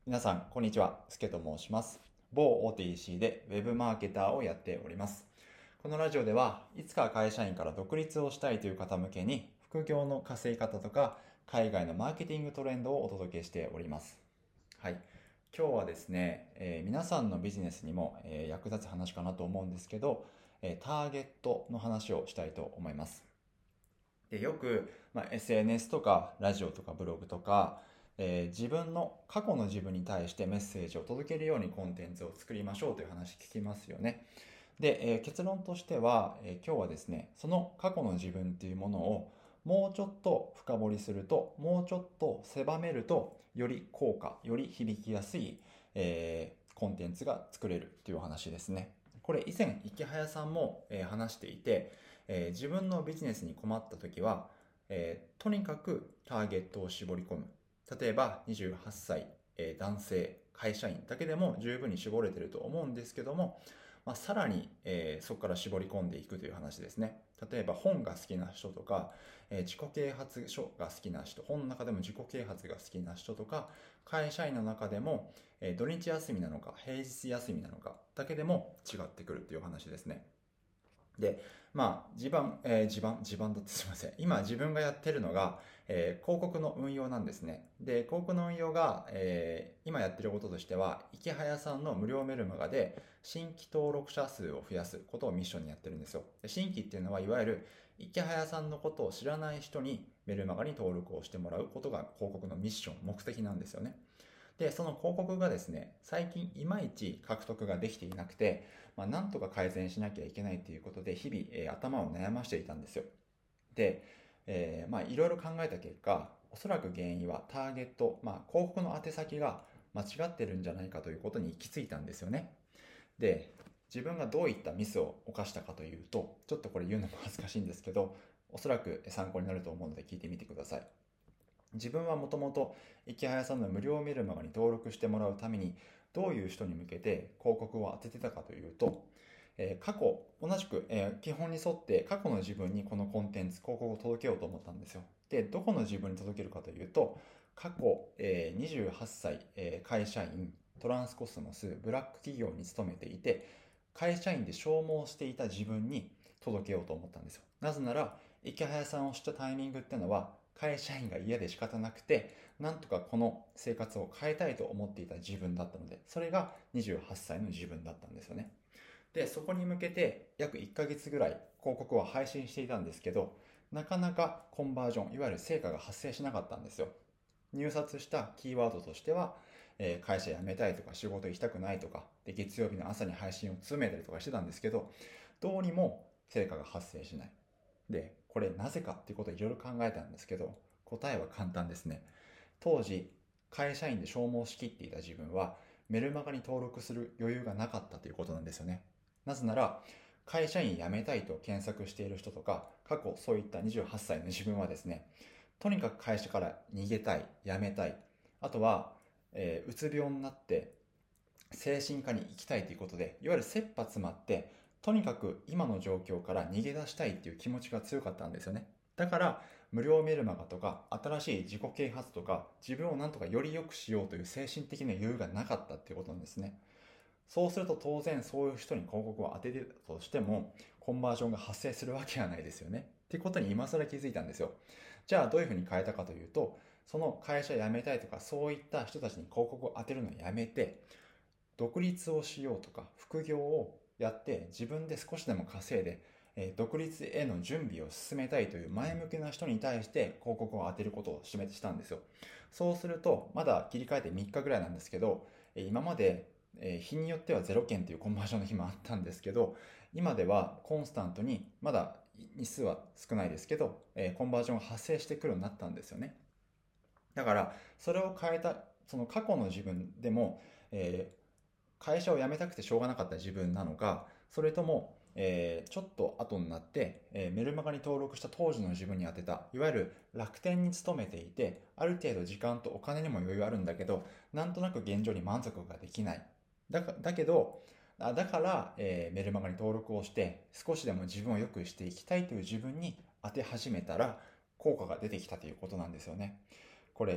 皆さん、こんにちは。すけと申します。某大手 EC でウェブマーケターをやっております。このラジオでは、いつか会社員から独立をしたいという方向けに、副業の稼ぎ方とか、海外のマーケティングトレンドをお届けしております。はい。今日はですね、皆さんのビジネスにも、役立つ話かなと思うんですけど、ターゲットの話をしたいと思います。でよく、SNS とかラジオとかブログとか、自分の過去の自分に対してメッセージを届けるようにコンテンツを作りましょうという話聞きますよね。で、結論としては、今日はですね、その過去の自分っていうものをもうちょっと深掘りすると、もうちょっと狭めると、より効果、より響きやすい、コンテンツが作れるというお話ですね。これ以前、池早さんも、話していて、自分のビジネスに困った時は、とにかくターゲットを絞り込む。例えば28歳、男性、会社員だけでも十分に絞れてると思うんですけども、さらに、そこから絞り込んでいくという話ですね。例えば本が好きな人とか、自己啓発書が好きな人、本の中でも自己啓発が好きな人とか、会社員の中でも、土日休みなのか平日休みなのかだけでも違ってくるという話ですね。で、地盤だってすいません。今自分がやってるのが、広告の運用なんですね。で、広告の運用が、今やってることとしては、池早さんの無料メルマガで新規登録者数を増やすことをミッションにやってるんですよ。で新規っていうのは、いわゆる池早さんのことを知らない人にメルマガに登録をしてもらうことが広告のミッション、目的なんですよね。で、その広告がですね、最近いまいち獲得ができていなくて、なんとか改善しなきゃいけないということで、日々、頭を悩ましていたんですよ。で、いろいろ考えた結果、おそらく原因はターゲット、広告の宛先が間違ってるんじゃないかということに行き着いたんですよね。で、自分がどういったミスを犯したかというと、ちょっとこれ言うのも恥ずかしいんですけど、おそらく参考になると思うので聞いてみてください。自分はもともと池早さんの無料メルマガに登録してもらうためにどういう人に向けて広告を当ててたかというと、過去、同じく、基本に沿って過去の自分にこのコンテンツ、広告を届けようと思ったんですよ。で、どこの自分に届けるかというと、過去、28歳、会社員、トランスコスモス、ブラック企業に勤めていて、会社員で消耗していた自分に届けようと思ったんですよ。なぜなら、池早さんを知ったタイミングってのは、会社員が嫌で仕方なくて、なんとかこの生活を変えたいと思っていた自分だったので、それが28歳の自分だったんですよね。で、そこに向けて約1ヶ月ぐらい広告を配信していたんですけど、なかなかコンバージョン、いわゆる成果が発生しなかったんですよ。入札したキーワードとしては、会社辞めたいとか仕事行きたくないとか、で月曜日の朝に配信を詰めたりとかしてたんですけど、どうにも成果が発生しない。で、これなぜかっていうことをいろいろ考えたんですけど、答えは簡単ですね。当時、会社員で消耗しきっていた自分は、メルマガに登録する余裕がなかったということなんですよね。なぜなら、会社員辞めたいと検索している人とか、過去そういった28歳の自分はですね、とにかく会社から逃げたい、辞めたい、あとは、うつ病になって精神科に行きたいということで、いわゆる切羽詰まって、とにかく今の状況から逃げ出したいっていう気持ちが強かったんですよね。だから、無料メルマガとか、新しい自己啓発とか、自分をなんとかより良くしようという精神的な余裕がなかったっていうことなんですね。そうすると当然そういう人に広告を当ててたとしても、コンバージョンが発生するわけはないですよね。っていうことに今更気づいたんですよ。じゃあどういうふうに変えたかというと、その会社辞めたいとかそういった人たちに広告を当てるのをやめて、独立をしようとか副業をやって自分で少しでも稼いで、独立への準備を進めたいという前向きな人に対して広告を当てることをしたんですよ。そうすると、まだ切り替えて3日ぐらいなんですけど、今まで日によっては0件というコンバージョンの日もあったんですけど、今ではコンスタントに、まだ日数は少ないですけど、コンバージョンが発生してくるようになったんですよね。だから、それを変えた、その過去の自分でも、会社を辞めたくてしょうがなかった自分なのか、それとも、ちょっと後になって、メルマガに登録した当時の自分に当てた、いわゆる楽天に勤めていて、ある程度時間とお金にも余裕あるんだけど、なんとなく現状に満足ができない。だけど、だから、メルマガに登録をして、少しでも自分を良くしていきたいという自分に当て始めたら、効果が出てきたということなんですよね。これ、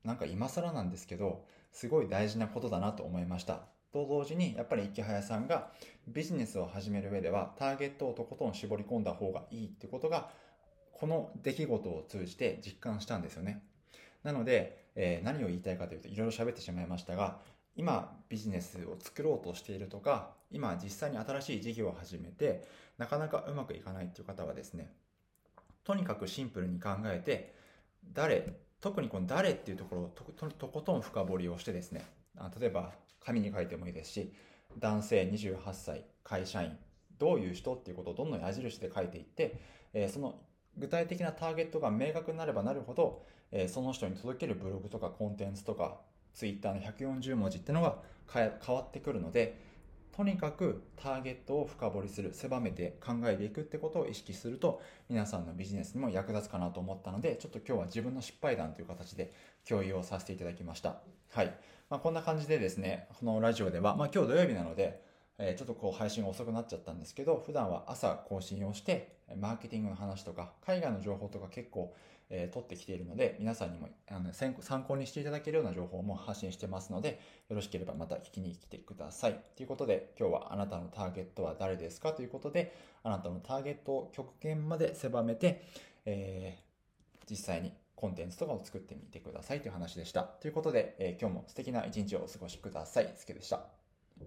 なんか今更なんですけど、すごい大事なことだなと思いました。と同時に、やっぱり池早さんがビジネスを始める上では、ターゲットをとことん絞り込んだ方がいいってことが、この出来事を通じて実感したんですよね。なので、何を言いたいかというと、いろいろ喋ってしまいましたが、今ビジネスを作ろうとしているとか、今実際に新しい事業を始めて、なかなかうまくいかないっていう方はですね、とにかくシンプルに考えて、特にこの誰っていうところをとことん深掘りをしてですね、例えば紙に書いてもいいですし、男性28歳、会社員、どういう人っていうことをどんどん矢印で書いていって、その具体的なターゲットが明確になればなるほど、その人に届けるブログとかコンテンツとか、ツイッターの140文字っていうのが変わってくるので、とにかくターゲットを深掘りする、狭めて考えていくってことを意識すると、皆さんのビジネスにも役立つかなと思ったので、ちょっと今日は自分の失敗談という形で共有をさせていただきました。はい。こんな感じでですね、このラジオでは、今日土曜日なので、ちょっと配信が遅くなっちゃったんですけど、普段は朝更新をして、マーケティングの話とか、海外の情報とか結構、取ってきているので、皆さんにも参考にしていただけるような情報も発信してますので、よろしければまた聞きに来てください。ということで、今日はあなたのターゲットは誰ですかということで、あなたのターゲットを極限まで狭めて、実際にコンテンツとかを作ってみてくださいという話でした。ということで、今日も素敵な一日をお過ごしください。すけでした。